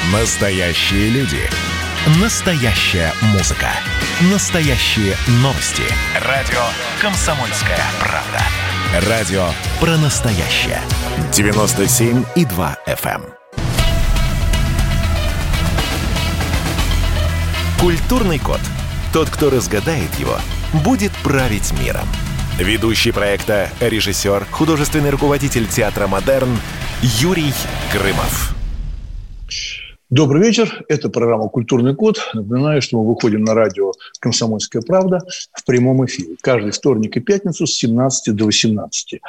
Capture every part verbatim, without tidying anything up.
Настоящие люди. Настоящая музыка. Настоящие новости. Радио «Комсомольская правда». Радио про настоящее. девяносто семь и два эф эм. Культурный код. Тот, кто разгадает его, будет править миром. Ведущий проекта, режиссер, художественный руководитель театра «Модерн» Юрий Грымов. Добрый вечер. Это программа «Культурный код». Напоминаю, что мы выходим на радио «Комсомольская правда» в прямом эфире. Каждый вторник и пятницу с семнадцати до восемнадцати.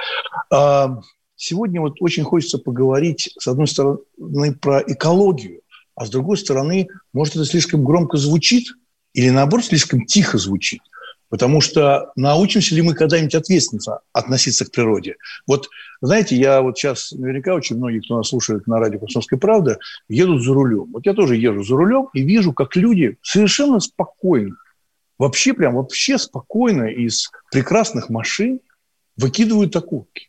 Сегодня вот очень хочется поговорить, с одной стороны, про экологию, а с другой стороны, может, это слишком громко звучит или, наоборот, слишком тихо звучит. Потому что научимся ли мы когда-нибудь ответственно относиться к природе? Вот, знаете, я вот сейчас, наверняка очень многие, кто нас слушает на радио «Комсомольская правда», едут за рулем. Вот я тоже езжу за рулем и вижу, как люди совершенно спокойно, вообще прям вообще спокойно из прекрасных машин выкидывают окурки.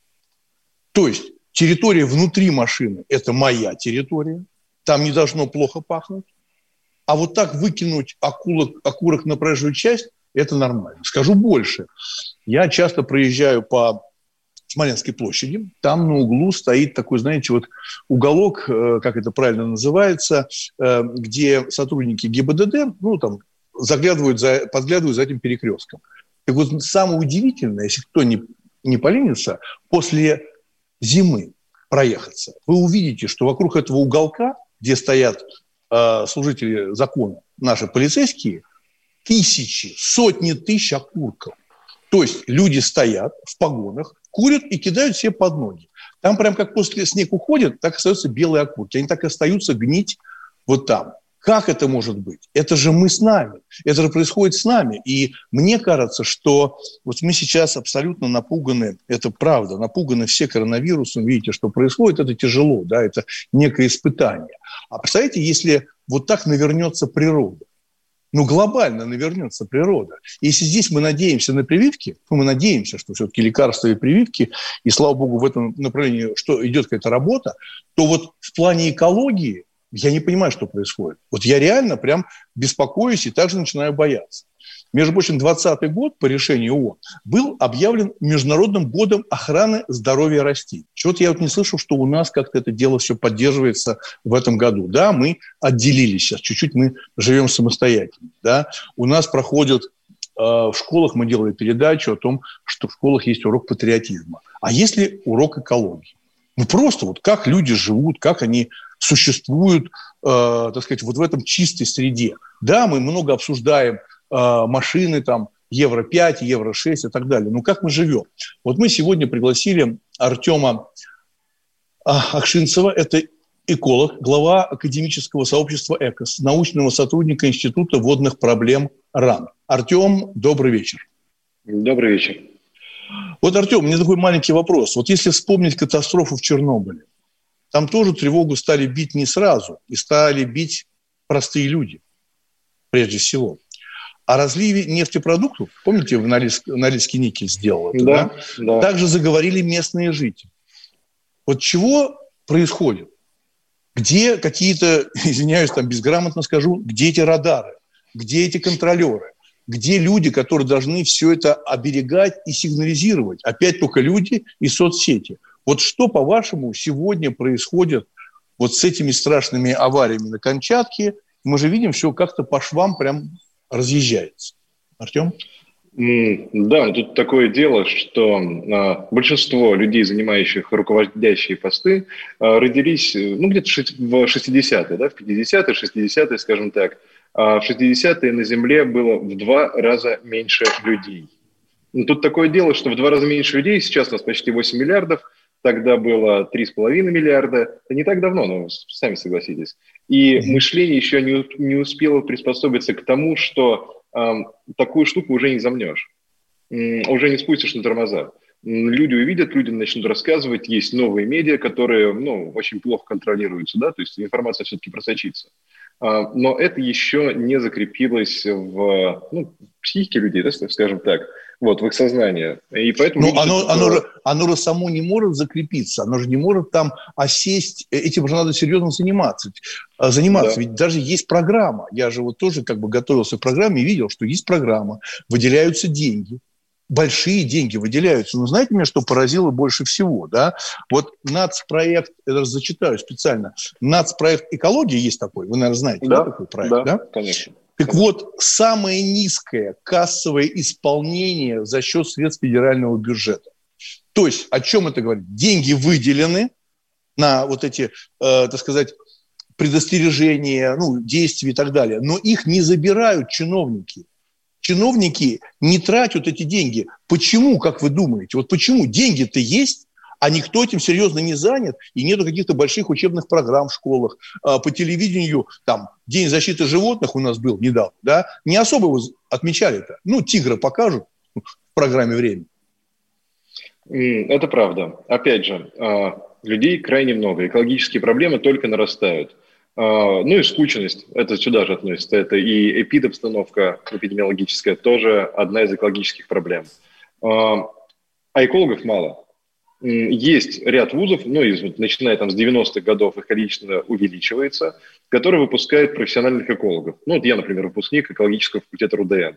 То есть территория внутри машины – это моя территория, там не должно плохо пахнуть. А вот так выкинуть окурок, окурок на проезжую часть – это нормально. Скажу больше. Я часто проезжаю по Смоленской площади. Там на углу стоит такой, знаете, вот уголок, как это правильно называется, где сотрудники ГИБДД, ну, там, заглядывают за, подглядывают за этим перекрестком. Так вот, самое удивительное, если кто не, не поленится, после зимы проехаться, вы увидите, что вокруг этого уголка, где стоят э, служители закона, наши полицейские, тысячи, сотни тысяч окурков. То есть люди стоят в погонах, курят и кидают себе под ноги. Там прям как после снег уходит, так остаются белые окурки. Они так и остаются гнить вот там. Как это может быть? Это же мы с нами. Это же происходит с нами. И мне кажется, что вот мы сейчас абсолютно напуганы, это правда, напуганы все коронавирусом. Видите, что происходит, это тяжело, да, это некое испытание. А представляете, если вот так навернется природа? Ну, глобально навернется природа. Если здесь мы надеемся на прививки, ну, мы надеемся, что все-таки лекарства и прививки, и, слава богу, в этом направлении что идет какая-то работа, то вот в плане экологии я не понимаю, что происходит. Вот я реально прям беспокоюсь и также начинаю бояться. Между прочим, двадцатый год по решению ООН был объявлен Международным годом охраны здоровья растений. Чего-то я вот не слышал, что у нас как-то это дело все поддерживается в этом году. Да, мы отделились сейчас, чуть-чуть мы живем самостоятельно. Да? У нас проходят э, в школах, мы делали передачу о том, что в школах есть урок патриотизма. А есть ли урок экологии? Ну, просто вот как люди живут, как они существуют, э, так сказать, вот в этом чистой среде. Да, мы много обсуждаем машины, там, евро пять, евро шесть и так далее. Ну, как мы живем? Вот мы сегодня пригласили Артема Акшинцева, это эколог, глава академического сообщества ЭКОС, научного сотрудника Института водных проблем РАН. Артем, добрый вечер. Добрый вечер. Вот, Артем, у меня такой маленький вопрос. Вот если вспомнить катастрофу в Чернобыле, там тоже тревогу стали бить не сразу, и стали бить простые люди, прежде всего. О разливе нефтепродуктов, помните, в Норильске никель сделал это, да, да? Да. Также заговорили местные жители. Вот чего происходит? Где какие-то, извиняюсь, там безграмотно скажу, где эти радары? Где эти контролеры? Где люди, которые должны все это оберегать и сигнализировать? Опять только люди и соцсети. Вот что, по-вашему, сегодня происходит вот с этими страшными авариями на Камчатке? Мы же видим, все как-то по швам прям разъезжается. Артем? Mm, да, но тут такое дело, что а, большинство людей, занимающих руководящие посты, а, родились ну, где-то в шестидесятые, да, в пятидесятые, шестидесятые, скажем так. А в шестидесятые на Земле было в два раза меньше людей. Но тут такое дело, что в два раза меньше людей, сейчас у нас почти восемь миллиардов, тогда было три с половиной миллиарда. Это не так давно, но сами согласитесь. И mm-hmm. мышление еще не, не успело приспособиться к тому, что э, такую штуку уже не замнешь. М, уже не спустишь на тормоза. М, люди увидят, люди начнут рассказывать. Есть новые медиа, которые ну, очень плохо контролируются. Да? То есть информация все-таки просочится. Но это еще не закрепилось в ну, психике людей, да, скажем так, вот, в их сознании. И поэтому Но оно, что... оно, же, оно же само не может закрепиться, оно же не может там осесть, этим же надо серьезно заниматься. заниматься. Да. Ведь даже есть программа, я же вот тоже как бы готовился к программе и видел, что есть программа, выделяются деньги. Большие деньги выделяются. Но знаете, меня что поразило больше всего? Да? Вот нацпроект, я даже зачитаю специально, нацпроект «Экология» есть такой, вы, наверное, знаете, да, да такой проект? Да, да? конечно. Так конечно. вот, самое низкое кассовое исполнение за счет средств федерального бюджета. То есть, о чем это говорит? Деньги выделены на вот эти, э, так сказать, предостережения, ну, действия и так далее, но их не забирают чиновники. Чиновники не тратят эти деньги. Почему, как вы думаете? Вот почему? Деньги-то есть, а никто этим серьезно не занят, и нету каких-то больших учебных программ в школах. По телевидению, там, День защиты животных у нас был недавно, да, не особо его отмечали это. Ну, тигра покажут в программе «Время». Это правда. Опять же, людей крайне много, экологические проблемы только нарастают. Ну и скученность, это сюда же относится, это и эпидобстановка эпидемиологическая, тоже одна из экологических проблем. А экологов мало. Есть ряд вузов, ну, из, вот, начиная там с девяностых годов их количество увеличивается, которые выпускают профессиональных экологов. Ну, вот я, например, выпускник экологического факультета РУДН.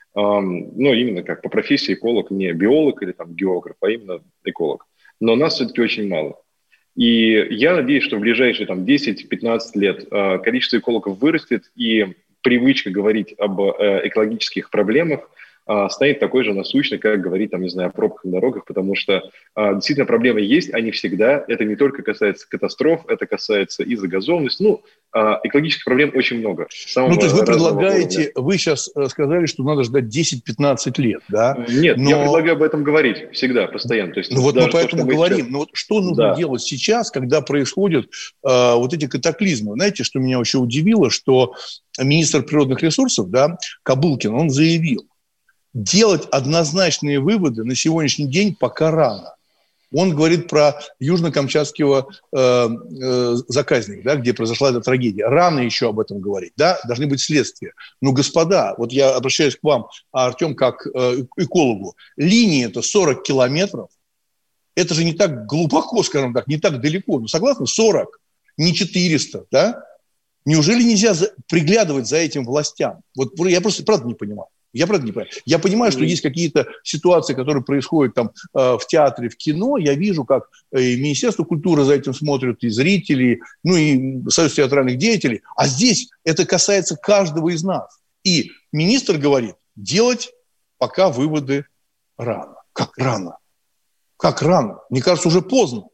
Ну, именно как по профессии эколог, не биолог или там географ, а именно эколог. Но нас все-таки очень мало. И я надеюсь, что в ближайшие там, десять-пятнадцать лет э, количество экологов вырастет, и привычка говорить об э, экологических проблемах э, станет такой же насущной, как говорить, там, не знаю, о пробках на дорогах, потому что э, действительно проблемы есть, они всегда. Это не только касается катастроф, это касается и загазованности. Ну, э, экологических проблем очень много. Ну, то есть вы предлагаете, уровня. Вы сейчас сказали, что надо ждать десять-пятнадцать лет, да? Нет, но... я предлагаю об этом говорить всегда, постоянно. То есть, ну, вот мы поэтому то, говорим. Сейчас... Ну, вот что нужно да. делать сейчас, когда происходят э, вот эти катаклизмы? Знаете, что меня еще удивило, что министр природных ресурсов, да, Кобылкин, он заявил, делать однозначные выводы на сегодняшний день пока рано. Он говорит про южно-камчатского э, э, заказника, да, где произошла эта трагедия. Рано еще об этом говорить, да, должны быть следствия. Но, господа, вот я обращаюсь к вам, а Артем как э, экологу, линия это сорок километров, это же не так глубоко, скажем так, не так далеко. Ну, согласны? сорок, не четыреста, да? Неужели нельзя за, приглядывать за этим властям? Вот я просто правда не понимаю. Я правда не понимаю. Я понимаю, что есть какие-то ситуации, которые происходят там э, в театре, в кино. Я вижу, как и Министерство культуры за этим смотрят, и зрители, ну и Союз театральных деятелей. А здесь это касается каждого из нас. И министр говорит, делать пока выводы рано. Как рано? Как рано? Мне кажется, уже поздно.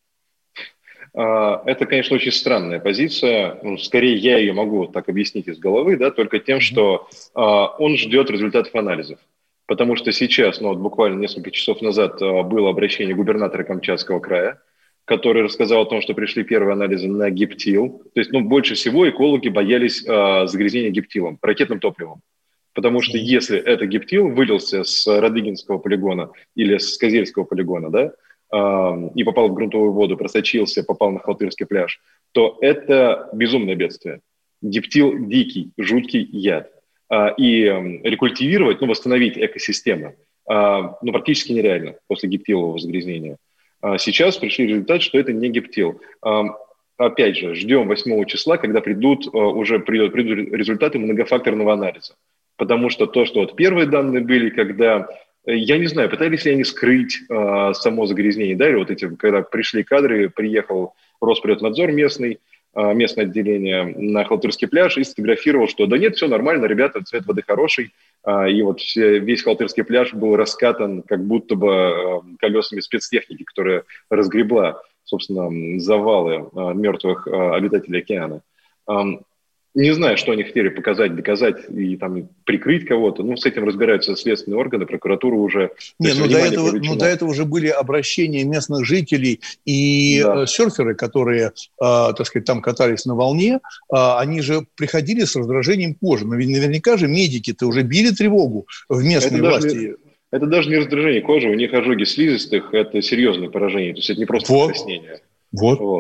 Это, конечно, очень странная позиция. Ну, скорее, я ее могу так объяснить из головы, да, только тем, что а, он ждет результатов анализов. Потому что сейчас, ну вот буквально несколько часов назад а, было обращение губернатора Камчатского края, который рассказал о том, что пришли первые анализы на гептил. То есть, ну, больше всего экологи боялись а, загрязнения гептилом, ракетным топливом. Потому что если это гептил вылился с Радыгинского полигона или с Козельского полигона, да, и попал в грунтовую воду, просочился, попал на Халтырский пляж, то это безумное бедствие. Гептил – дикий, жуткий яд. И рекультивировать, ну, восстановить экосистемы, ну, практически нереально после гептилового загрязнения. Сейчас пришли результат, что это не гептил. Опять же, ждем восьмого числа, когда придут, уже придут, придут результаты многофакторного анализа. Потому что то, что вот первые данные были, когда... Я не знаю, пытались ли они скрыть э, само загрязнение, да, или вот эти, когда пришли кадры, приехал Росприроднадзор местный, э, местное отделение на Халтырский пляж и сфотографировал, что да нет, все нормально, ребята, цвет воды хороший, э, и вот все, весь Халтырский пляж был раскатан как будто бы э, колесами спецтехники, которая разгребла, собственно, завалы э, мертвых э, обитателей океана. Э, Не знаю, что они хотели показать, доказать и там прикрыть кого-то. Ну, с этим разбираются следственные органы, прокуратура уже. Нет, ну до, этого, ну до этого уже были обращения местных жителей и да. серферы, которые, э, так сказать, там катались на волне, э, они же приходили с раздражением кожи. Но ведь наверняка же медики-то уже били тревогу в местной это власти. Даже, это даже не раздражение кожи, у них ожоги слизистых, это серьезное поражение. То есть это не просто вот. покраснение. Вот. Вот.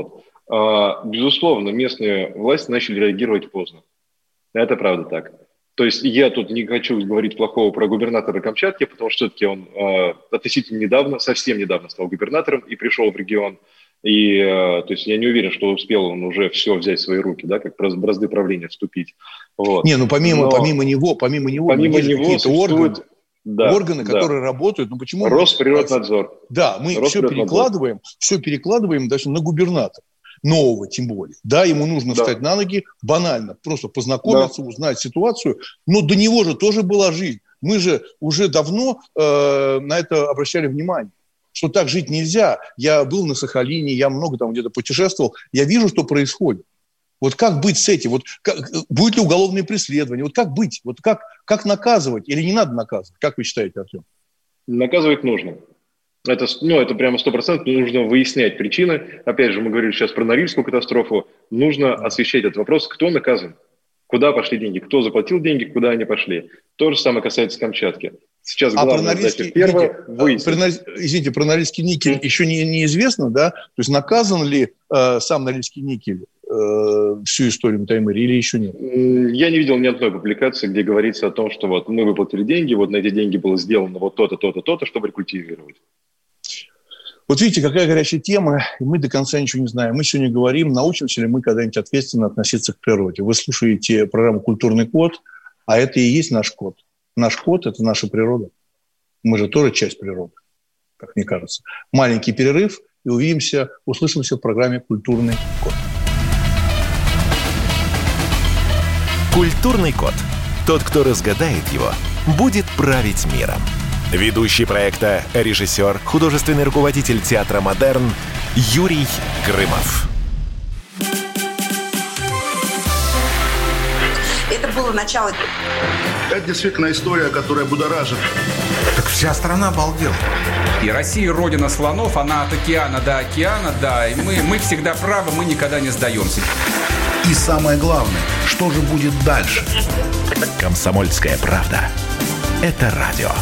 Безусловно, местные власти начали реагировать поздно. Это правда так. То есть я тут не хочу говорить плохого про губернатора Камчатки, потому что все-таки он относительно недавно, совсем недавно стал губернатором и пришел в регион. И, то есть, я не уверен, что успел он уже все взять в свои руки, да, как бразды правления вступить. Вот. Не, ну помимо, Но, помимо него, помимо него, помимо есть него какие-то органы, да, органы, да. которые работают. Ну почему? Росприроднадзор. Да, мы все перекладываем, все перекладываем даже на губернатора. Нового тем более. Да, ему нужно да. встать на ноги банально, просто познакомиться, да. узнать ситуацию. Но до него же тоже была жизнь. Мы же уже давно э, на это обращали внимание. Что так жить нельзя. Я был на Сахалине, я много там где-то путешествовал. Я вижу, что происходит. Вот как быть с этим? Вот как, будет ли уголовное преследование? Вот как быть? Вот как, как наказывать? Или не надо наказывать? Как вы считаете, Артем? Наказывать нужно. Это, ну, это прямо сто процентов нужно выяснять причины. Опять же, мы говорили сейчас про Норильскую катастрофу. Нужно освещать этот вопрос, кто наказан, куда пошли деньги, кто заплатил деньги, куда они пошли. То же самое касается Камчатки. Сейчас главная а задача первая выяснить. Про, извините, про Норильский никель mm. еще не, неизвестно, да? То есть наказан ли э, сам Норильский никель э, всю историю на Таймыре или еще нет? Я не видел ни одной публикации, где говорится о том, что вот мы выплатили деньги, вот на эти деньги было сделано вот то-то, то-то, то-то, чтобы рекультивировать. Вот видите, какая горячая тема, и мы до конца ничего не знаем. Мы сегодня говорим, научимся ли мы когда-нибудь ответственно относиться к природе. Вы слушаете программу «Культурный код», а это и есть наш код. Наш код – это наша природа. Мы же тоже часть природы, как мне кажется. Маленький перерыв, и увидимся, услышимся в программе «Культурный код». «Культурный код». Тот, кто разгадает его, будет править миром. Ведущий проекта, режиссер, художественный руководитель театра «Модерн» Юрий Грымов. Это было начало. Это действительно история, которая будоражит. Так вся страна обалдела. И Россия родина слонов, она от океана до океана, да. И мы, мы всегда правы, мы никогда не сдаемся. И самое главное, что же будет дальше? «Комсомольская правда». Это радио.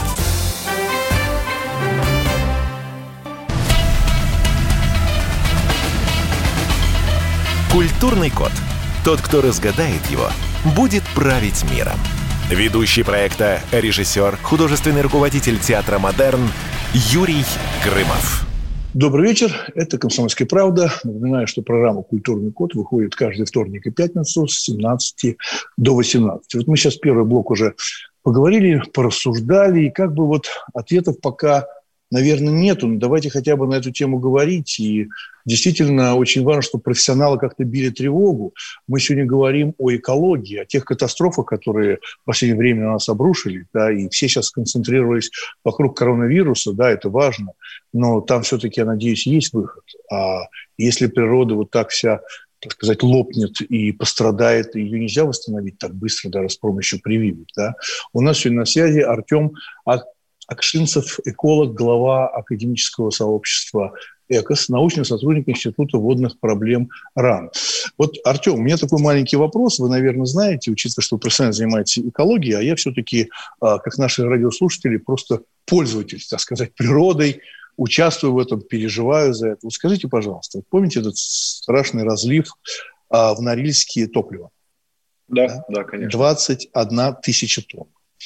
«Культурный код». Тот, кто разгадает его, будет править миром. Ведущий проекта, режиссер, художественный руководитель театра «Модерн» Юрий Грымов. Добрый вечер. Это «Комсомольская правда». Напоминаю, что программа «Культурный код» выходит каждый вторник и пятницу с семнадцати до восемнадцати. Вот мы сейчас первый блок уже поговорили, порассуждали, и как бы вот ответов пока, наверное, нету. Но давайте хотя бы на эту тему говорить. И действительно очень важно, чтобы профессионалы как-то били тревогу. Мы сегодня говорим о экологии, о тех катастрофах, которые в последнее время на нас обрушили. Да, и все сейчас сконцентрировались вокруг коронавируса. Да, это важно. Но там все-таки, я надеюсь, есть выход. А если природа вот так вся, так сказать, лопнет и пострадает, ее нельзя восстановить так быстро, даже с помощью прививок. Да? У нас сегодня на связи Артем Акшинцев, эколог, глава академического сообщества ЭКОС, научный сотрудник Института водных проблем РАН. Вот, Артем, у меня такой маленький вопрос. Вы, наверное, знаете, учитывая, что вы профессионально занимаетесь экологией, а я все-таки, как наши радиослушатели, просто пользователь, так сказать, природой, участвую в этом, переживаю за это. Вот скажите, пожалуйста, помните этот страшный разлив в Норильске топлива? Да, да, да, конечно. двадцать одна тысяча тонн.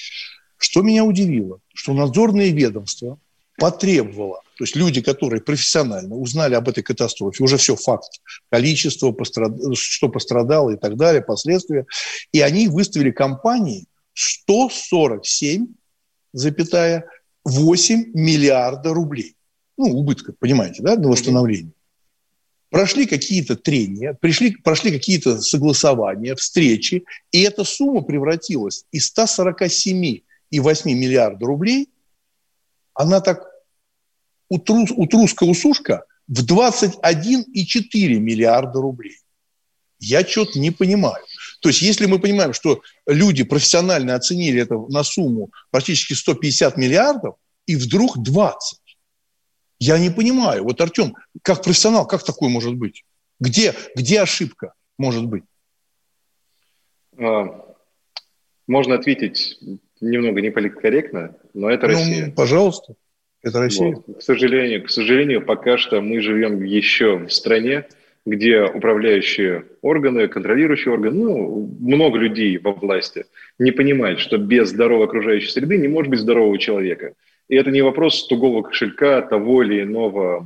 Что меня удивило, что надзорное ведомство потребовало, то есть люди, которые профессионально узнали об этой катастрофе, уже все факт, количество, пострад... что пострадало и так далее, последствия, и они выставили компании сто сорок семь целых восемь миллиарда рублей. Ну, убытка, понимаете, да, на восстановление. Прошли какие-то трения, пришли, прошли какие-то согласования, встречи, и эта сумма превратилась из ста сорока семи и восьми миллиарда рублей, она так утрус, утруска-усушка в двадцать один и четыре миллиарда рублей. Я что-то не понимаю. То есть, если мы понимаем, что люди профессионально оценили это на сумму практически сто пятьдесят миллиардов, и вдруг двадцать. Я не понимаю. Вот, Артем, как профессионал, как такое может быть? Где, где ошибка может быть? Можно ответить немного неполиткорректно, но это ну, Россия. Пожалуйста, это Россия. Вот. К сожалению, к сожалению, пока что мы живем еще в стране, где управляющие органы, контролирующие органы, ну, много людей во власти не понимают, что без здоровой окружающей среды не может быть здорового человека. И это не вопрос тугого кошелька того или иного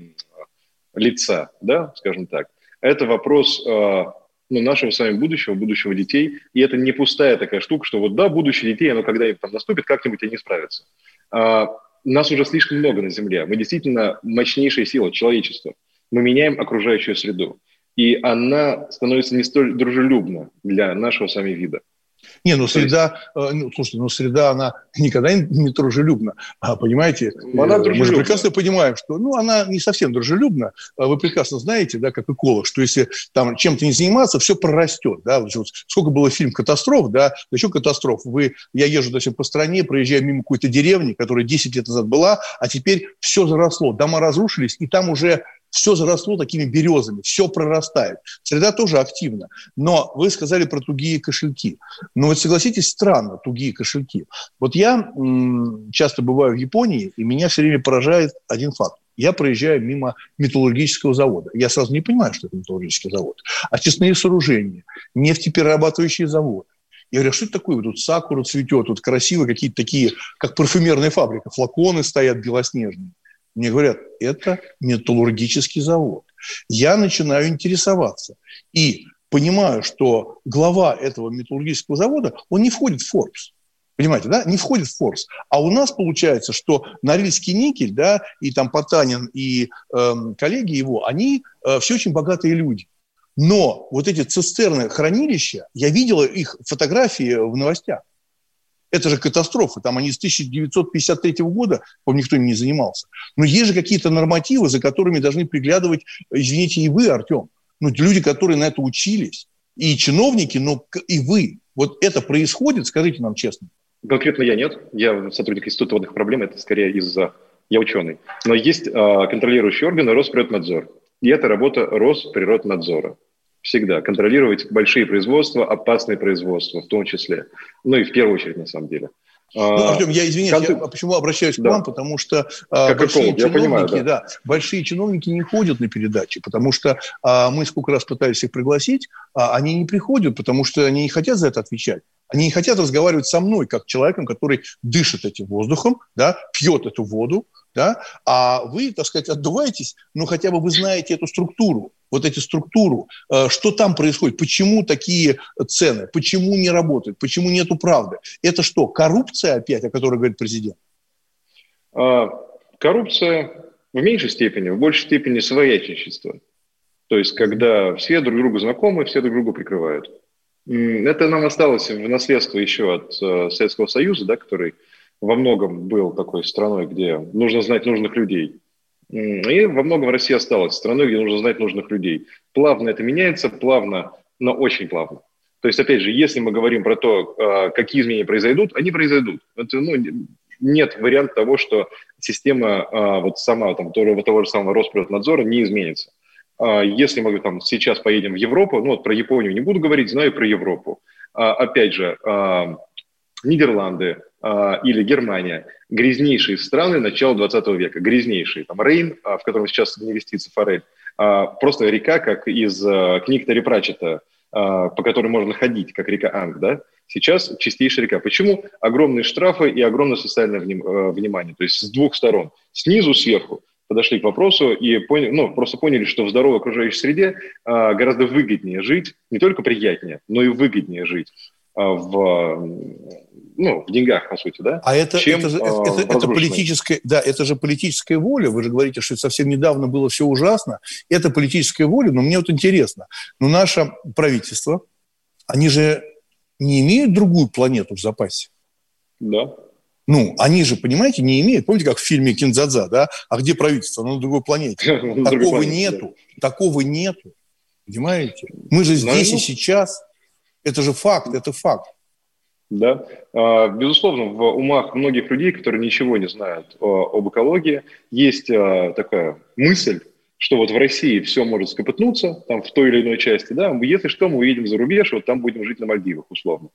лица, да, скажем так. Это вопрос ну, нашего с вами будущего, будущего детей. И это не пустая такая штука, что вот да, будущее детей, оно когда-нибудь там наступит, как-нибудь они справятся. А, нас уже слишком много на Земле. Мы действительно мощнейшая сила человечества. Мы меняем окружающую среду. И она становится не столь дружелюбна для нашего с вами вида. Не, ну среда, есть... ну, слушайте, ну среда, она никогда не дружелюбна, а, понимаете? Она Мы же прекрасно понимаем, что, ну, она не совсем дружелюбна. Вы прекрасно знаете, да, как эколог, что если там чем-то не заниматься, все прорастет, да. Вот сколько было фильм «Катастроф», да, еще «Катастроф». Вы, я езжу допустим, по стране, проезжаю мимо какой-то деревни, которая десять лет назад была, а теперь все заросло, дома разрушились, и там уже все заросло такими березами, все прорастает. Среда тоже активна. Но вы сказали про тугие кошельки. Но вот согласитесь, странно, тугие кошельки. Вот я м, часто бываю в Японии, и меня все время поражает один факт. Я проезжаю мимо металлургического завода. Я сразу не понимаю, что это металлургический завод. Очистные сооружения, нефтеперерабатывающие заводы. Я говорю, а что это такое? Вот тут сакура цветет, тут красиво какие-то такие, как парфюмерная фабрика, флаконы стоят белоснежные. Мне говорят, это металлургический завод. Я начинаю интересоваться и понимаю, что глава этого металлургического завода, он не входит в Forbes. Понимаете, да? Не входит в Forbes. А у нас получается, что Норильский никель, да, и там Потанин, и э, коллеги его, они э, все очень богатые люди. Но вот эти цистерны, хранилища, я видела их фотографии в новостях. Это же катастрофа. Там они с тысяча девятьсот пятьдесят третьего года, по-моему, никто не занимался. Но есть же какие-то нормативы, за которыми должны приглядывать, извините, и вы, Артем. Ну, люди, которые на это учились. И чиновники, но и вы. Вот это происходит, скажите нам честно. Конкретно я нет. Я сотрудник Института водных проблем. Это скорее из-за... Я ученый. Но есть а, контролирующие органы Росприроднадзор. И это работа Росприроднадзора. Всегда контролировать большие производства, опасные производства в том числе. Ну и в первую очередь, на самом деле. Ну, Артем, я извиняюсь, Конты... я почему обращаюсь да. к вам, потому что а, большие, эколог, чиновники, понимаю, да. Да, большие чиновники не ходят на передачи, потому что а, мы сколько раз пытались их пригласить, а они не приходят, потому что они не хотят за это отвечать. Они не хотят разговаривать со мной, как человеком, который дышит этим воздухом, да, пьет эту воду, да, а вы, так сказать, отдуваетесь, но хотя бы вы знаете эту структуру, вот эту структуру, что там происходит, почему такие цены, почему не работают, почему нету правды. Это что, коррупция опять, о которой говорит президент? А, коррупция в меньшей степени, в большей степени своячничество. То есть, когда все друг другу знакомы, все друг друга прикрывают. Это нам осталось в наследство еще от Советского Союза, да, который во многом был такой страной, где нужно знать нужных людей. И во многом Россия осталась страной, где нужно знать нужных людей. Плавно это меняется, плавно, но очень плавно. То есть, опять же, если мы говорим про то, какие изменения произойдут, они произойдут. Это, ну, нет варианта того, что система вот сама там, того, того же самого Росприроднадзора не изменится. Если мы там, сейчас поедем в Европу, ну вот про Японию не буду говорить, знаю про Европу. Опять же, Нидерланды или Германия – грязнейшие страны начала двадцатого века, грязнейшие. Там Рейн, в котором сейчас невестится форель, просто река, как из книг Терри Пратчетта, по которой можно ходить, как река Анг, да? Сейчас чистейшая река. Почему? Огромные штрафы и огромное социальное внимание. То есть с двух сторон, снизу, сверху. Подошли к вопросу и поняли, ну, просто поняли, что в здоровой окружающей среде а, гораздо выгоднее жить, не только приятнее, но и выгоднее жить а, в, ну, в деньгах, по сути, да? А это, чем, это, же, а, это, это, политическая, да, это же политическая воля. Вы же говорите, что совсем недавно было все ужасно. Это политическая воля, но мне вот интересно. Но наше правительство, они же не имеют другую планету в запасе? Да. Ну, они же, понимаете, не имеют. Помните, как в фильме «Киндзадза», да? А где правительство? Оно на другой планете. Такого нету. Такого нету. Понимаете? Мы же здесь и сейчас. Это же факт, это факт. Да. Безусловно, в умах многих людей, которые ничего не знают об экологии, есть такая мысль, что вот в России все может скопытнуться, там в той или иной части, да, если что, мы уедем за рубеж, вот там будем жить на Мальдивах, условно.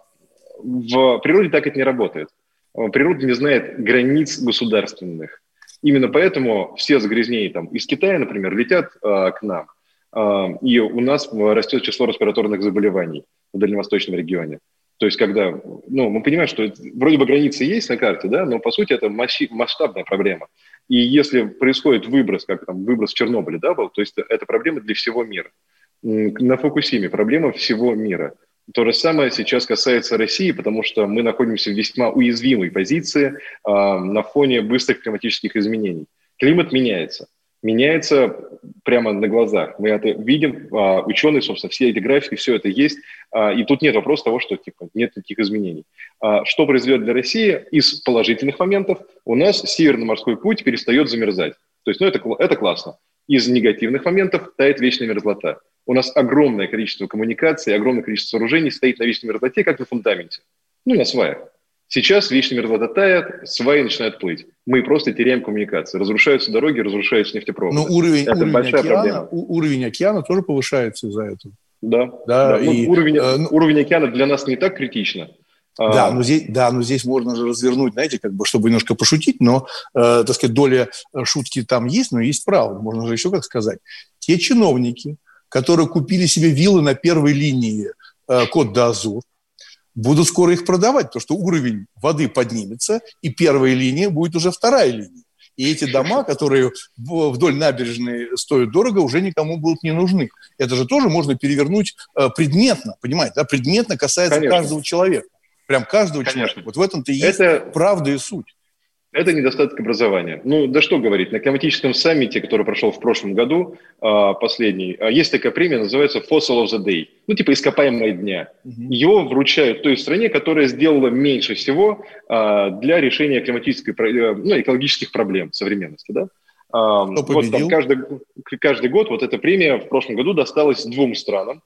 В природе так это не работает. Природа не знает границ государственных. Именно поэтому все загрязнения там, из Китая, например, летят э, к нам. Э, и у нас растет число респираторных заболеваний в дальневосточном регионе. То есть, когда, ну, мы понимаем, что это, вроде бы границы есть на карте, да, но по сути это масштабная проблема. И если происходит выброс, как там выброс в Чернобыле, да, был, то есть это проблема для всего мира. На Фукусиме проблема всего мира. То же самое сейчас касается России, потому что мы находимся в весьма уязвимой позиции э, на фоне быстрых климатических изменений. Климат меняется. Меняется прямо на глазах. Мы это видим, э, ученые, собственно, все эти графики, все это есть. Э, и тут нет вопроса того, что типа, нет никаких изменений. Э, что произойдет для России? Из положительных моментов у нас Северный морской путь перестает замерзать. То есть, ну, это, это классно. Из негативных моментов тает вечная мерзлота. У нас огромное количество коммуникаций, огромное количество сооружений стоит на вечной мерзлоте, как на фундаменте. Ну, на сваях. Сейчас вечная мерзлота тает, сваи начинают плыть. Мы просто теряем коммуникации. Разрушаются дороги, разрушаются нефтепроводы. Но уровень, Это уровень, большая океана, проблема. уровень океана тоже повышается из-за этого. Да. Да, да. И, ну, уровень, э, ну, уровень океана для нас не так критично. Да, но здесь, да, но здесь можно же развернуть, знаете, как бы, чтобы немножко пошутить, но, э, так сказать, доля шутки там есть, но есть правда. Можно же еще как сказать. Те чиновники, которые купили себе виллы на первой линии э, Кот-д'Азур, будут скоро их продавать, потому что уровень воды поднимется, и первая линия будет уже вторая линия. И эти дома, которые вдоль набережной стоят дорого, уже никому будут не нужны. Это же тоже можно перевернуть э, предметно, понимаете, да? Предметно касается Конечно. каждого человека. Прям каждого Конечно. человека. Вот в этом-то и есть это... правда и суть. Это недостаток образования. Ну, да что говорить, на климатическом саммите, который прошел в прошлом году, последний, есть такая премия, называется Fossil of the Day, ну, типа ископаемое дня. Угу. Его вручают той стране, которая сделала меньше всего для решения климатической, ну, экологических проблем современности, да? Кто победил? Вот там каждый, каждый год вот эта премия в прошлом году досталась двум странам,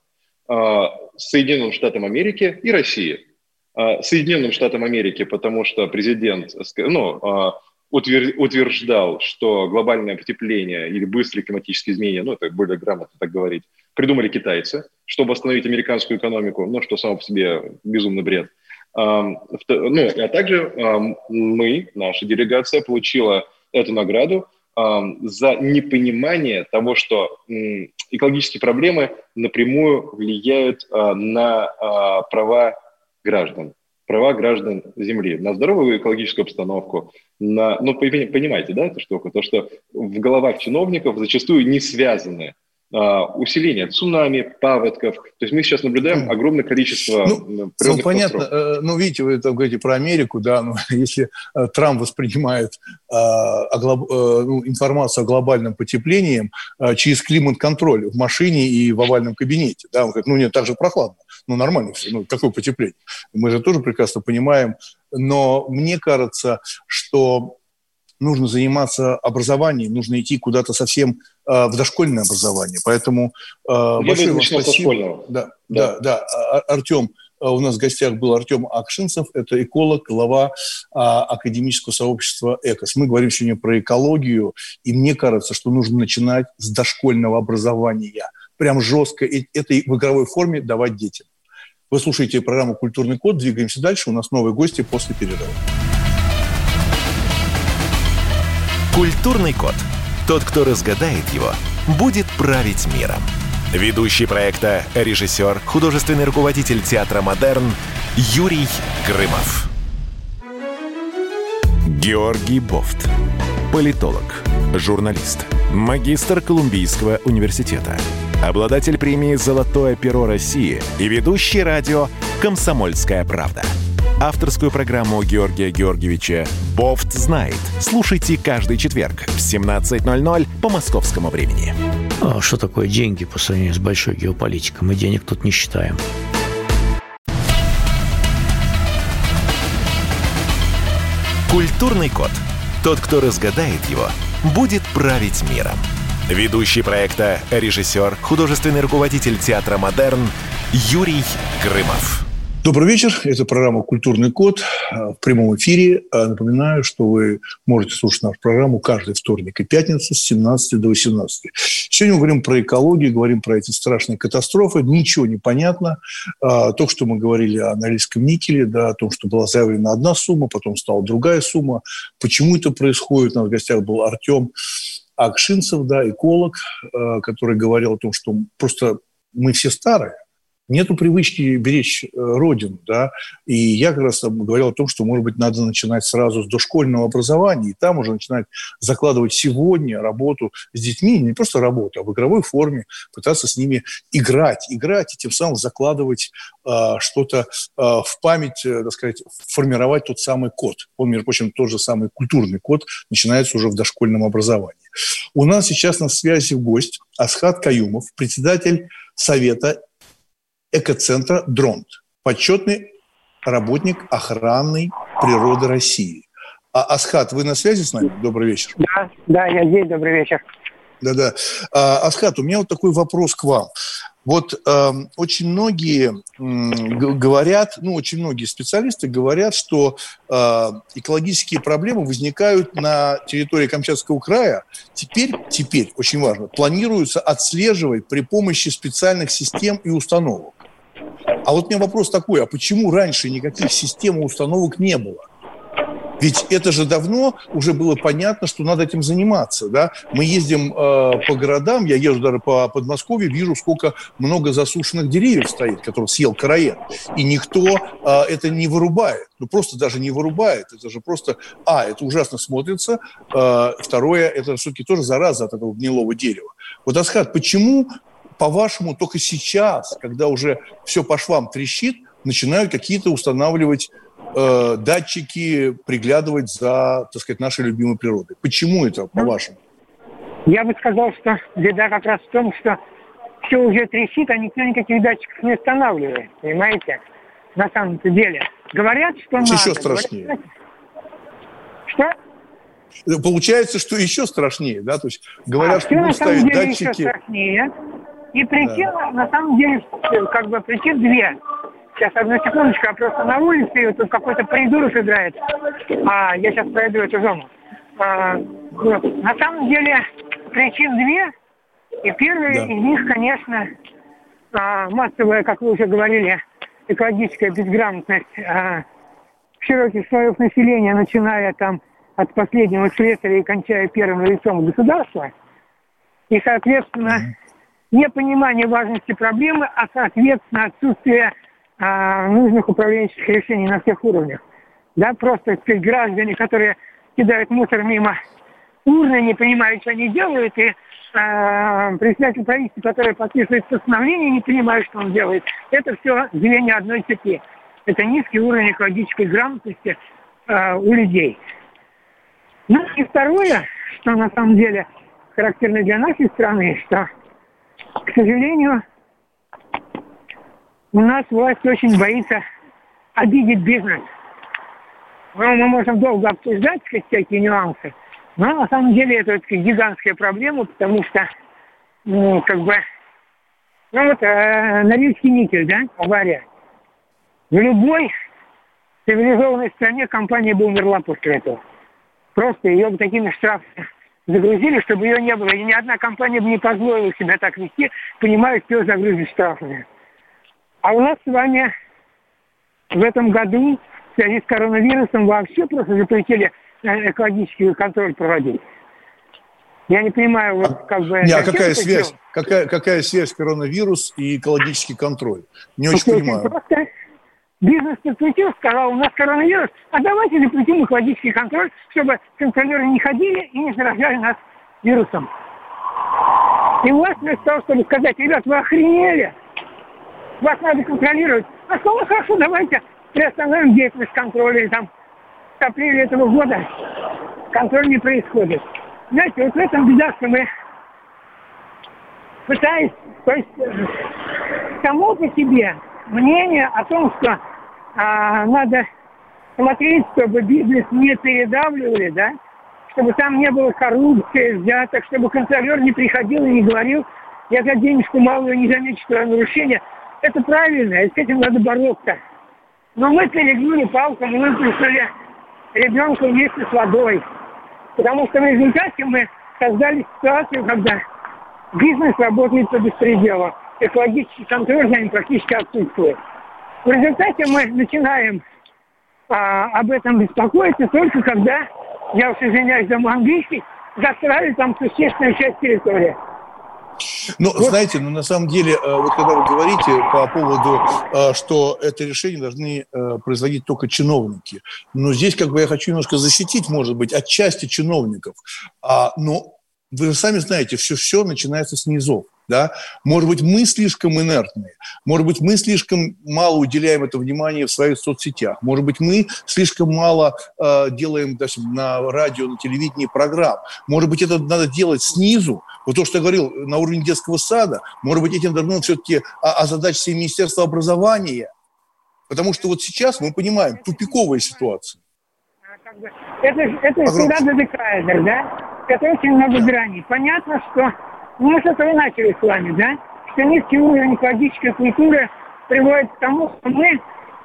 Соединенным Штатам Америки и России. Соединенным Штатам Америки, потому что президент ну, утверждал, что глобальное потепление или быстрые климатические изменения, ну, это более грамотно так говорить, придумали китайцы, чтобы остановить американскую экономику, ну, что само по себе безумный бред. Ну, а также мы, наша делегация, получила эту награду за непонимание того, что экологические проблемы напрямую влияют на права граждан, права граждан Земли, на здоровую экологическую обстановку, на, ну, понимаете, да, эта штука, то, что в головах чиновников зачастую не связаны а, усиление цунами, паводков. То есть мы сейчас наблюдаем огромное количество ну, ну, понятно, э, ну, видите, вы там говорите про Америку, да, но если э, Трамп воспринимает э, оглоб, э, ну, информацию о глобальном потеплении э, через климат-контроль в машине и в овальном кабинете, да, он говорит, ну, нет, так же прохладно. Ну, нормально все. Ну, какое потепление? Мы же тоже прекрасно понимаем. Но мне кажется, что нужно заниматься образованием, нужно идти куда-то совсем э, в дошкольное образование. Поэтому э, большое вам спасибо. Да, да, да, да. Артем, у нас в гостях был Артем Акшинцев, это эколог, глава а, академического сообщества ЭКОС. Мы говорим сегодня про экологию, и мне кажется, что нужно начинать с дошкольного образования. Прям жестко этой в игровой форме давать детям. Вы слушаете программу «Культурный код». Двигаемся дальше. У нас новые гости после перерыва. «Культурный код». Тот, кто разгадает его, будет править миром. Ведущий проекта, режиссер, художественный руководитель театра «Модерн» Юрий Грымов. Георгий Бофт. Политолог, журналист, магистр Колумбийского университета, обладатель премии «Золотое перо России» и ведущий радио «Комсомольская правда». Авторскую программу Георгия Георгиевича «Бофт знает». Слушайте каждый четверг в семнадцать ноль ноль по московскому времени. А что такое деньги по сравнению с большой геополитикой? Мы денег тут не считаем. «Культурный код». Тот, кто разгадает его, будет править миром. Ведущий проекта, режиссер, художественный руководитель театра «Модерн» Юрий Грымов. Добрый вечер. Это программа «Культурный код» в прямом эфире. Напоминаю, что вы можете слушать нашу программу каждый вторник и пятницу с семнадцати до восемнадцати. Сегодня мы говорим про экологию, говорим про эти страшные катастрофы. Ничего не понятно. То, что мы говорили о Норильском никеле, да, о том, что была заявлена одна сумма, потом стала другая сумма. Почему это происходит? У нас в гостях был Артем Акшинцев, да, эколог, который говорил о том, что просто мы все старые. Нету привычки беречь родину, да, и я как раз говорил о том, что, может быть, надо начинать сразу с дошкольного образования, и там уже начинать закладывать сегодня работу с детьми, не просто работу, а в игровой форме, пытаться с ними играть, играть и тем самым закладывать э, что-то э, в память, э, так сказать, формировать тот самый код. Он, между прочим, тот же самый культурный код начинается уже в дошкольном образовании. У нас сейчас на связи гость Асхат Каюмов, председатель Совета экоцентра «Дронт», почетный работник охраны природы России. А, Асхат, вы на связи с нами? Добрый вечер. Да, да, я здесь. Добрый вечер. Да-да. А, Асхат, у меня вот такой вопрос к вам. Вот э, очень многие э, говорят, ну, очень многие специалисты говорят, что э, экологические проблемы возникают на территории Камчатского края. Теперь, теперь, очень важно, планируется отслеживать при помощи специальных систем и установок. А вот у меня вопрос такой, а почему раньше никаких систем и установок не было? Ведь это же давно уже было понятно, что надо этим заниматься, да? Мы ездим э, по городам, я езжу даже по Подмосковью, вижу, сколько много засушенных деревьев стоит, которых съел короед. И никто э, это не вырубает. Ну, просто даже не вырубает. Это же просто, а, это ужасно смотрится, э, второе, это все-таки тоже зараза от этого гнилого дерева. Вот, Асхат, почему, по-вашему, только сейчас, когда уже все по швам трещит, начинают какие-то устанавливать датчики, приглядывать за, так сказать, нашей любимой природой? Почему это, по-вашему? Я бы сказал, что беда как раз в том, что все уже трещит, а никто никаких датчиков не устанавливает, понимаете? На самом-то деле. Говорят, что надо. Еще страшнее. Говорят, что? Получается, что еще страшнее, да? То есть говорят, а, что будут ставить деле датчики. Еще страшнее. И причин, да. на самом деле, как бы причин две. Сейчас, одну секундочку, я просто на улице, и тут какой-то придурок играет. А, я сейчас пройду эту зону. А, вот. На самом деле, причин две. И первая да. из них, конечно, а, массовая, как вы уже говорили, экологическая безграмотность а, широких слоев населения, начиная там от последнего слесаря и кончая первым лицом государства. И, соответственно, непонимание важности проблемы, а, соответственно, отсутствие нужных управленческих решений на всех уровнях. Да, просто, так сказать, граждане, которые кидают мусор мимо урны, не понимают, что они делают, и э, председатель правительства, который подписывает постановление, не понимает, что он делает. Это все звенья одной цепи. Это низкий уровень экологической грамотности э, у людей. Ну и второе, что на самом деле характерно для нашей страны, что, к сожалению, у нас власть очень боится обидеть бизнес. Ну, мы можем долго обсуждать, сказать, всякие нюансы, но на самом деле это, это гигантская проблема, потому что, ну, как бы, ну вот, э, Норильский никель, да, авария. В любой цивилизованной стране компания бы умерла после этого. Просто ее бы такими штрафами загрузили, чтобы ее не было. И ни одна компания бы не позволила себя так вести, понимая, что ее загрузят штрафами. А у нас с вами в этом году в связи с коронавирусом вообще просто запретили экологический контроль проводить. Я не понимаю, вот как бы... Не, а какая связь? Какая, какая связь коронавирус и экологический контроль? Не очень Потому понимаю. Просто бизнес подключил, сказал, у нас коронавирус, а давайте запретим экологический контроль, чтобы контролеры не ходили и не заражали нас вирусом. И власть вместо того, чтобы сказать, ребят, вы охренели, вас надо контролировать. А сказал, хорошо, давайте приостановим деятельность контроля. И там с апреля этого года контроль не происходит. Знаете, вот в этом беда, что мы пытаясь, то есть само по себе мнение о том, что а, надо смотреть, чтобы бизнес не передавливали, да, чтобы там не было коррупции, взяток, чтобы контролер не приходил и не говорил, я за денежку малую не замечу, что нарушение. Это правильно, и с этим надо бороться. Но мы перегнули палку, мы выпустили ребенка вместе с водой. Потому что в результате мы создали ситуацию, когда бизнес работает по беспределу. Экологический контроль за ним практически отсутствует. В результате мы начинаем а, об этом беспокоиться только когда, я уж извиняюсь за мой английский, засрали там существенную часть территории. Ну, вот. Знаете, ну, на самом деле, вот когда вы говорите по поводу, что это решение должны производить только чиновники, но здесь как бы я хочу немножко защитить, может быть, отчасти чиновников. А, но вы же сами знаете, все-все начинается с низов. Да? Может быть, мы слишком инертные, может быть, мы слишком мало уделяем это внимание в своих соцсетях, может быть, мы слишком мало э, делаем даже на радио, на телевидении программ, может быть, это надо делать снизу, вот то, что я говорил, на уровне детского сада, может быть, этим должно все-таки озадачиться и Министерство образования, потому что вот сейчас мы понимаем, тупиковая ситуация. Это, это всегда додекаэдер, да? Это очень много граней. Понятно, что мы с этого начали с вами, да? Что низкий уровень экологической культуры приводит к тому, что мы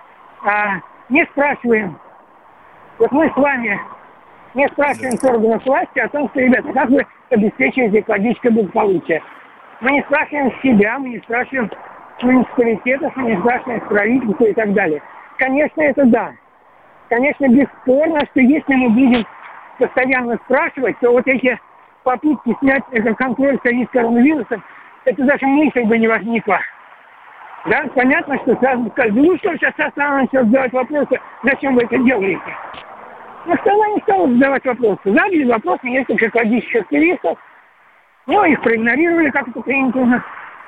а, не спрашиваем, вот мы с вами не спрашиваем с органов власти о том, что, ребята, как вы обеспечиваете экологическое благополучие. Мы не спрашиваем себя, мы не спрашиваем муниципалитетов, мы не спрашиваем правительства и так далее. Конечно, это да. Конечно, бесспорно, что если мы будем постоянно спрашивать, то вот эти попытки снять контроль ковид коронавирусом, это даже мысль бы не возникла. Да, понятно, что сразу сказали, ну что, сейчас страна начала задавать вопросы, зачем вы это делаете? Но страна не стала задавать вопросы. Задали вопросы несколько экологических активистов, но их проигнорировали, как это принято у нас.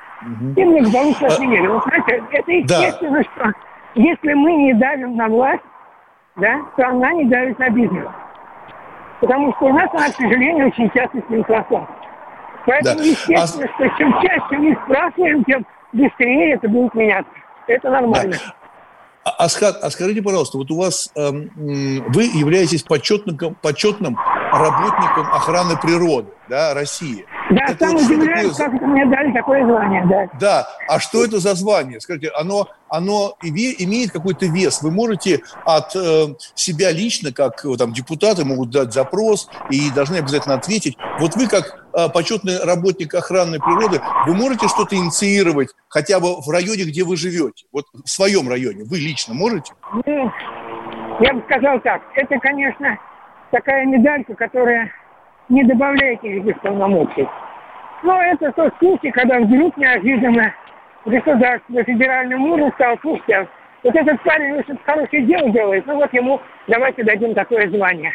И благополучно отменили. Вот знаете, это естественно, да. Что если мы не давим на власть, да, то она не давит на бизнес. Потому что у нас она, к сожалению, очень часто с ним класса. Поэтому да. Естественно, а... что чем чаще мы спрашиваем, тем быстрее это будет меняться. Это нормально. Да. Асхат, а скажите, пожалуйста, вот у вас э, вы являетесь почетным, почетным работником охраны природы, да, России. Да, это сам вот удивляюсь, такое... как это мне дали такое звание, да. Да, а что это за звание? Скажите, оно, оно имеет какой-то вес? Вы можете от э, себя лично, как там депутаты, могут дать запрос и должны обязательно ответить. Вот вы, как э, почетный работник охраны природы, вы можете что-то инициировать хотя бы в районе, где вы живете? Вот в своем районе, вы лично можете? Ну, я бы сказал так, это, конечно, такая медалька, которая не добавляет никаких полномочий. Но это тот случай, когда вдруг неожиданно государство на федеральном уровне стало, слушайте, вот этот парень очень хорошее дело делает, ну вот ему давайте дадим такое звание.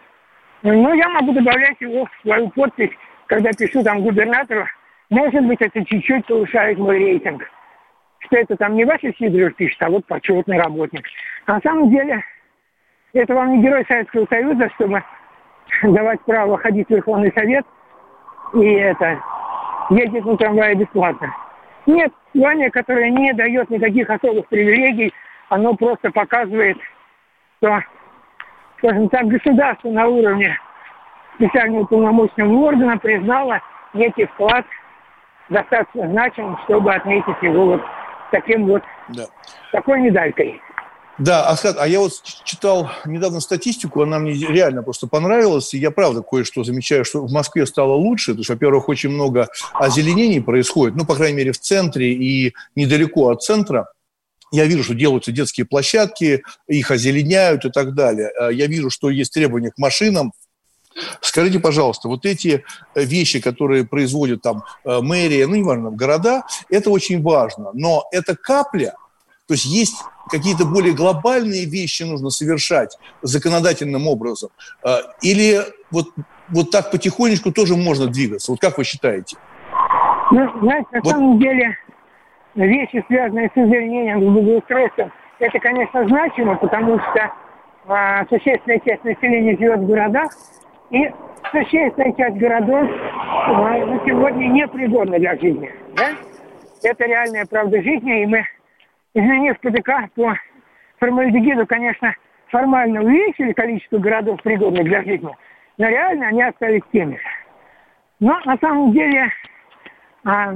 Ну, я могу добавлять его в свою подпись, когда пишу там губернатору, может быть, это чуть-чуть повышает мой рейтинг. Что это там не Вася Сидоров пишет, а вот почетный работник. А на самом деле, это вам не герой Советского Союза, чтобы давать право ходить в Верховный Совет и это ездить на трамвае бесплатно. Нет, звание, которое не дает никаких особых привилегий, оно просто показывает, что, скажем так, государство на уровне специального полномочного органа признало некий вклад достаточно значимым, чтобы отметить его вот таким вот, да. такой медалькой. Да, Асхат, а я вот читал недавно статистику, она мне реально просто понравилась, и я правда кое-что замечаю, что в Москве стало лучше, то есть, во-первых, очень много озеленений происходит, ну, по крайней мере, в центре и недалеко от центра. Я вижу, что делаются детские площадки, их озеленяют и так далее. Я вижу, что есть требования к машинам. Скажите, пожалуйста, вот эти вещи, которые производят там мэрия, ну, неважно, города, это очень важно, но это капля. То есть есть какие-то более глобальные вещи нужно совершать законодательным образом? Или вот, вот так потихонечку тоже можно двигаться? Вот как вы считаете? Ну, знаете, на вот. самом деле вещи, связанные с озеленением, с благоустройством, это, конечно, значимо, потому что а, существенная часть населения живет в городах, и существенная часть городов а, на сегодня непригодна для жизни. Да? Это реальная правда жизни, и мы, изменив ПДК по формальдегиду, конечно, формально увеличили количество городов, пригодных для жизни, но реально они остались теми же. Но на самом деле а,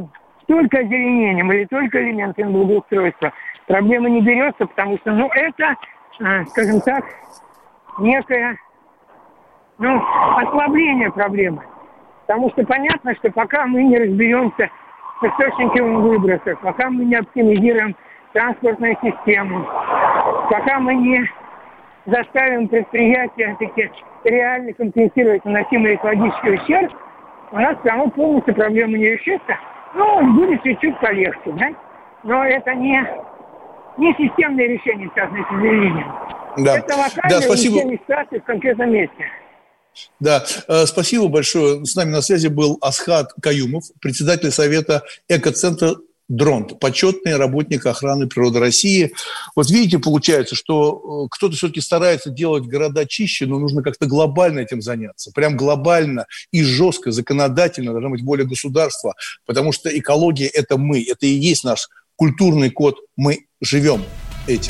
только озеленением или только элементами благоустройства, проблема не берется, потому что, ну, это, скажем так, некое, ну, ослабление проблемы. Потому что понятно, что пока мы не разберемся с источниками выбросов, пока мы не оптимизируем транспортную систему, пока мы не заставим предприятия таки реально компенсировать наносимый экологический ущерб, у нас все равно полностью проблема не решится. Ну, будет чуть-чуть полегче, да? Но это не, не системное решение, связанное с озеленением. Да. Это локальное Да, спасибо. решение ситуации в конкретном месте. Да, спасибо большое. С нами на связи был Асхат Каюмов, председатель Совета экоцентра «Дронт», почетный работник охраны природы России. Вот видите, получается, что кто-то все-таки старается делать города чище, но нужно как-то глобально этим заняться. Прям глобально и жестко, законодательно должна быть воля государства, потому что экология – это мы, это и есть наш культурный код. Мы живем этим.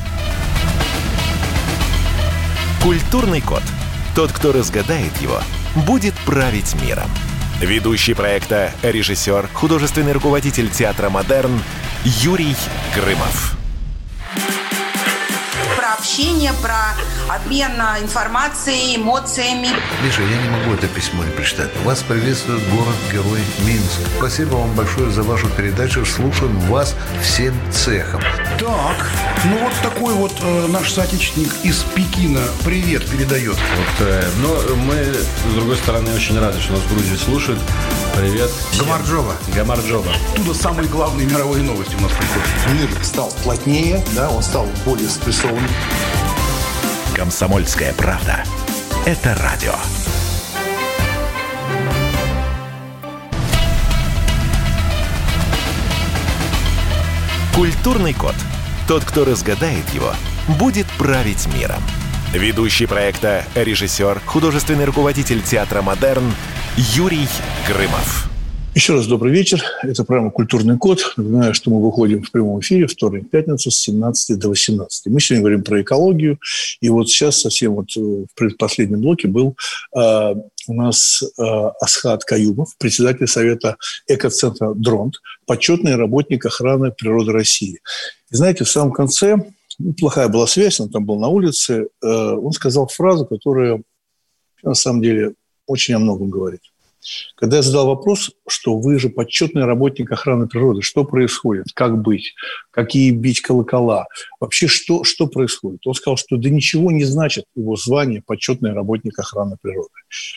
Культурный код. Тот, кто разгадает его, будет править миром. Ведущий проекта, режиссер, художественный руководитель театра «Модерн» Юрий Грымов. Про общение, про обмен информацией, эмоциями. Миша, я не могу это письмо не прочитать. Вас приветствует город-герой Минск. Спасибо вам большое за вашу передачу. Слушаем вас всем цехом. Так, ну вот такой вот э, наш соотечественник из Пекина привет передает. Вот, э, но мы, с другой стороны, очень рады, что нас в Грузии слушают. Привет. Гамарджоба. Гамарджоба. Оттуда самые главные мировые новости у нас приходят. Мир стал плотнее, да, он стал более спрессованным. «Комсомольская правда» – это радио. Культурный код. Тот, кто разгадает его, будет править миром. Ведущий проекта, режиссер, художественный руководитель театра «Модерн» Юрий Грымов. Еще раз добрый вечер. Это программа «Культурный код». Напоминаю, что мы выходим в прямом эфире вторник, пятницу с семнадцати до восемнадцати. Мы сегодня говорим про экологию. И вот сейчас совсем вот в предпоследнем блоке был э, у нас э, Асхат Каюмов, председатель Совета экоцентра «Дронт», почетный работник охраны природы России. И знаете, в самом конце, ну, плохая была связь, он там был на улице, э, он сказал фразу, которая на самом деле очень о многом говорит. Когда я задал вопрос, что вы же почетный работник охраны природы, что происходит, как быть, какие бить колокола, вообще что, что происходит? Он сказал, что да ничего не значит его звание почетный работник охраны природы.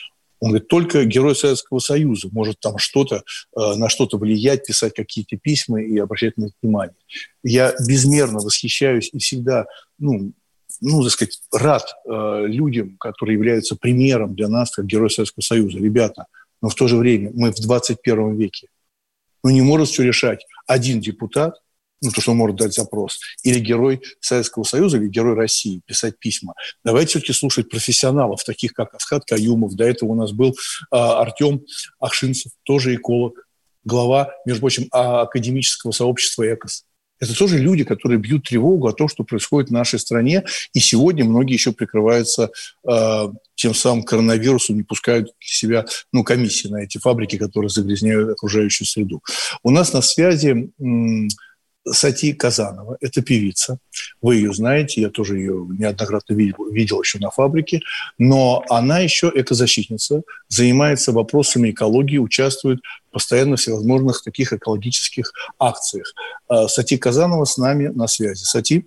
Он говорит, только герой Советского Союза может там что-то, на что-то влиять, писать какие-то письма и обращать на это внимание. Я безмерно восхищаюсь и всегда, ну, ну, так сказать, рад э, людям, которые являются примером для нас, как герой Советского Союза. Ребята, но в то же время мы в двадцать первом веке. Ну, не может все решать один депутат, ну, то, что он может дать запрос, или герой Советского Союза, или герой России, писать письма. Давайте все-таки слушать профессионалов, таких как Асхат Каюмов. До этого у нас был а, Артем Ахшинцев, тоже эколог, глава, между прочим, академического сообщества «Экос». Это тоже люди, которые бьют тревогу о том, что происходит в нашей стране. И сегодня многие еще прикрываются э, тем самым коронавирусом, не пускают себя, ну, комиссии на эти фабрики, которые загрязняют окружающую среду. У нас на связи м- Сати Казанова. Это певица. Вы ее знаете, я тоже ее неоднократно видел, видел еще на фабрике. Но она еще экозащитница, занимается вопросами экологии, участвует постоянно в всевозможных таких экологических акциях. Сати Казанова с нами на связи. Сати,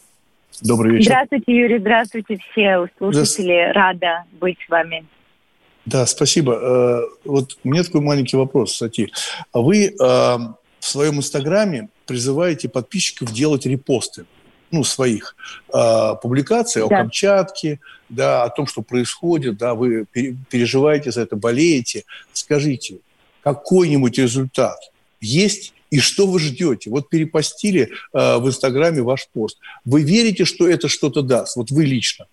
добрый вечер. Здравствуйте, Юрий, здравствуйте все слушатели. Рада быть с вами. Да, спасибо. Вот у меня такой маленький вопрос, Сати. Вы в своем инстаграме призываете подписчиков делать репосты, ну, своих э, публикаций да. о Камчатке, да, о том, что происходит, да, вы переживаете за это, болеете. Скажите, какой-нибудь результат есть и что вы ждете? Вот перепостили э, в инстаграме ваш пост. Вы верите, что это что-то даст? Вот вы лично.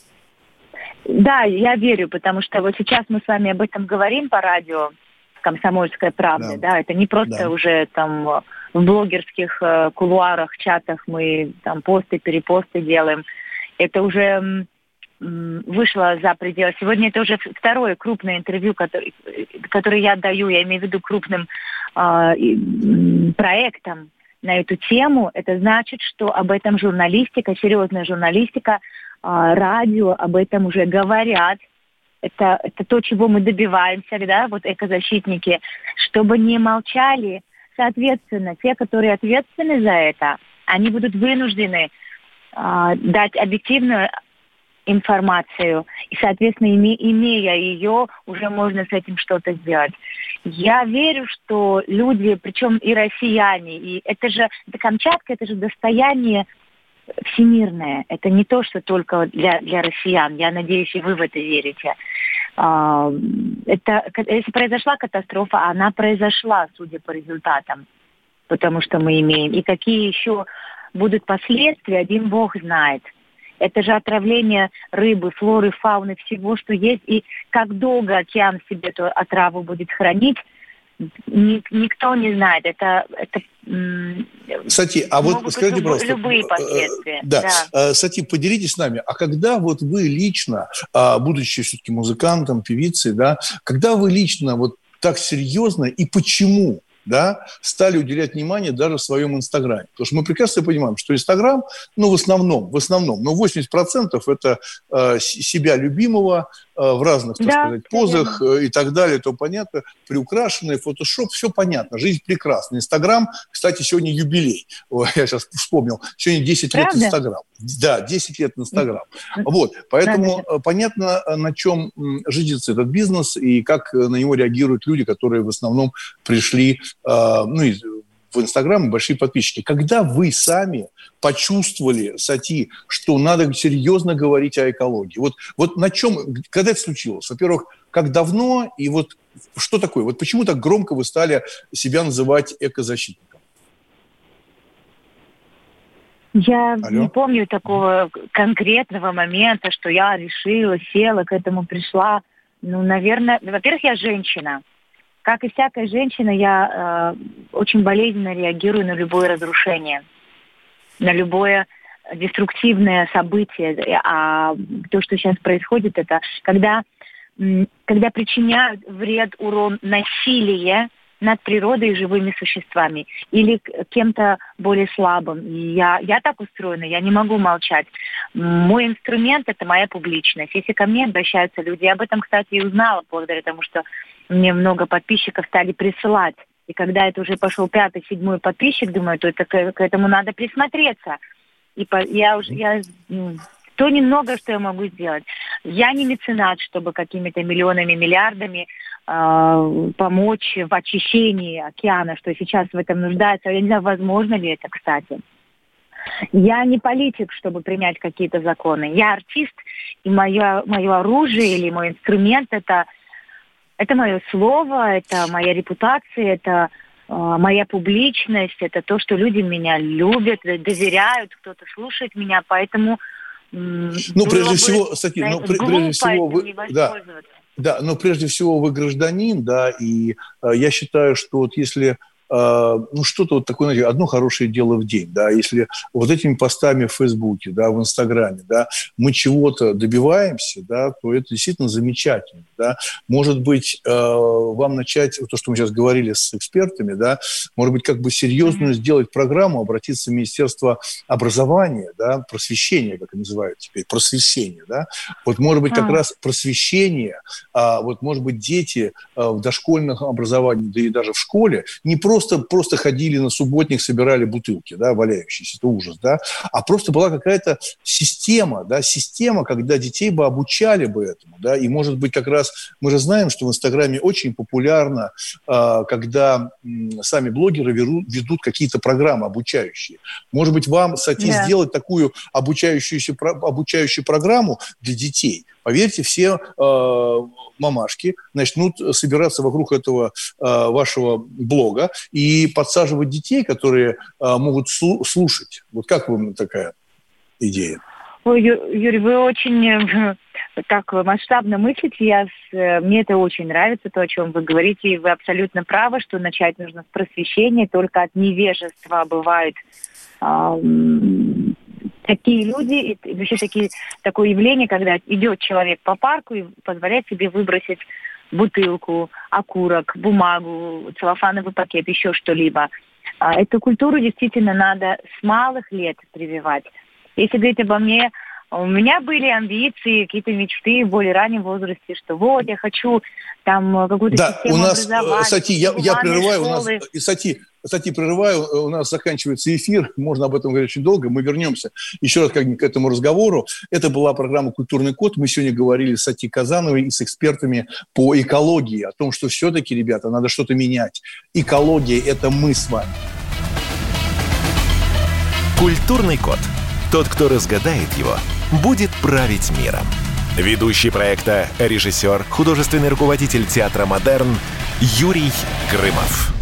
Да, я верю, потому что вот сейчас мы с вами об этом говорим по радио, «Комсомольская правда», да, да? Это не просто да. уже там в блогерских э, кулуарах, чатах мы там посты, перепосты делаем. Это уже вышла за пределы. Сегодня это уже второе крупное интервью, которое, которое я даю, я имею в виду крупным э, проектом на эту тему. Это значит, что об этом журналистика, серьезная журналистика, э, радио об этом уже говорят. Это, это то, чего мы добиваемся, да, вот экозащитники, чтобы не молчали. Соответственно, те, которые ответственны за это, они будут вынуждены э, дать объективную информацию, и, соответственно, име, имея ее, уже можно с этим что-то сделать. Я верю, что люди, причем и россияне, и это же, это Камчатка, это же достояние всемирное. Это не то, что только для, для россиян. Я надеюсь, и вы в это верите. Это, если произошла катастрофа, она произошла, судя по результатам, потому что мы имеем. И какие еще будут последствия, один Бог знает. Это же отравление рыбы, флоры, фауны, всего, что есть. И как долго океан в себе эту отраву будет хранить, никто не знает. Это, это Сати, а вот скажите, люб, пожалуйста, любые последствия. Да. Да. Сати, поделитесь с нами, а когда вот вы лично, будучи все-таки музыкантом, певицей, да, когда вы лично вот так серьезно и почему, да, стали уделять внимание даже в своем Инстаграме? Потому что мы прекрасно понимаем, что Инстаграм, ну, в основном, в основном, но восемьдесят процентов это э, себя любимого э, в разных, так да, сказать, позах э, и так далее, то понятно, приукрашенный, фотошоп, все понятно, жизнь прекрасна. Инстаграм, кстати, сегодня юбилей. Ой, я сейчас вспомнил, сегодня десять лет Инстаграм. Да, десять лет Инстаграм. Вот, поэтому да, да. понятно, на чем жиждется этот бизнес и как на него реагируют люди, которые в основном пришли ну, в Инстаграм, большие подписчики. Когда вы сами почувствовали, Сати, что надо серьезно говорить о экологии? Вот, вот на чем, когда это случилось? Во-первых, как давно и вот что такое? Вот почему так громко вы стали себя называть экозащитником? Я Алло. не помню такого конкретного момента, что я решила, села, к этому пришла. Ну, наверное, во-первых, я женщина. Как и всякая женщина, я э, очень болезненно реагирую на любое разрушение, на любое деструктивное событие. А то, что сейчас происходит, это когда, когда причиняют вред, урон, насилие над природой и живыми существами или кем-то более слабым. И я, я так устроена, я не могу молчать. Мой инструмент – это моя публичность. Если ко мне обращаются люди, я об этом, кстати, и узнала благодаря тому, что мне много подписчиков стали присылать. И когда это уже пошел пятый, седьмой подписчик, думаю, то это, к, к этому надо присмотреться. И по, я уже... Я, то немного, что я могу сделать. Я не меценат, чтобы какими-то миллионами, миллиардами э, помочь в очищении океана, что сейчас в этом нуждается. Я не знаю, возможно ли это, кстати. Я не политик, чтобы принять какие-то законы. Я артист, и мое, мое оружие или мой инструмент – это, это мое слово, это моя репутация, это э, моя публичность, это то, что люди меня любят, доверяют, кто-то слушает меня, поэтому... Ну, прежде всего, Сати, ну, прежде всего, вы, да, да, но прежде всего вы гражданин, да, и э, я считаю, что вот если ну, что-то вот такое, знаете, одно хорошее дело в день, да, если вот этими постами в Фейсбуке, да, в Инстаграме, да, мы чего-то добиваемся, да, то это действительно замечательно, да. Может быть, э, вам начать, то, что мы сейчас говорили с экспертами, да, может быть, как бы серьезную сделать программу, обратиться в Министерство образования, да, просвещения, как называют теперь, просвещение, да, вот, может быть, как а. раз просвещение, а, вот, может быть, дети а, в дошкольном образовании, да и даже в школе, не просто Просто, просто ходили на субботник, собирали бутылки, да, валяющиеся, это ужас, да, а просто была какая-то система, да, система, когда детей бы обучали бы этому, да, и, может быть, как раз мы же знаем, что в Инстаграме очень популярно, э, когда э, сами блогеры ведут, ведут какие-то программы обучающие. Может быть, вам, Сати, да. сделать такую обучающуюся, обучающую программу для детей? Поверьте, все э, мамашки начнут собираться вокруг этого э, вашего блога и подсаживать детей, которые э, могут слу- слушать. Вот как вам такая идея? Ой, Юрий, вы очень так масштабно мыслите. Я с, мне это очень нравится, то, о чем вы говорите. И вы абсолютно правы, что начать нужно с просвещения. Только от невежества бывает... Э, такие люди, и вообще такие, такое явление, когда идет человек по парку и позволяет себе выбросить бутылку, окурок, бумагу, целлофановый пакет, еще что-либо. Эту культуру действительно надо с малых лет прививать. Если говорить обо мне, у меня были амбиции, какие-то мечты в более раннем возрасте, что вот, я хочу там какую-то да, систему у нас, образования. Сати, я, я прерываю, школы. у нас, Сати, Сати, прерываю, у нас заканчивается эфир, можно об этом говорить очень долго, мы вернемся еще раз как к этому разговору. Это была программа «Культурный код», мы сегодня говорили с Сати Казановой и с экспертами по экологии, о том, что все-таки, ребята, надо что-то менять. Экология – это мы с вами. «Культурный код». Тот, кто разгадает его, будет править миром. Ведущий проекта, режиссер, художественный руководитель театра «Модерн» Юрий Грымов.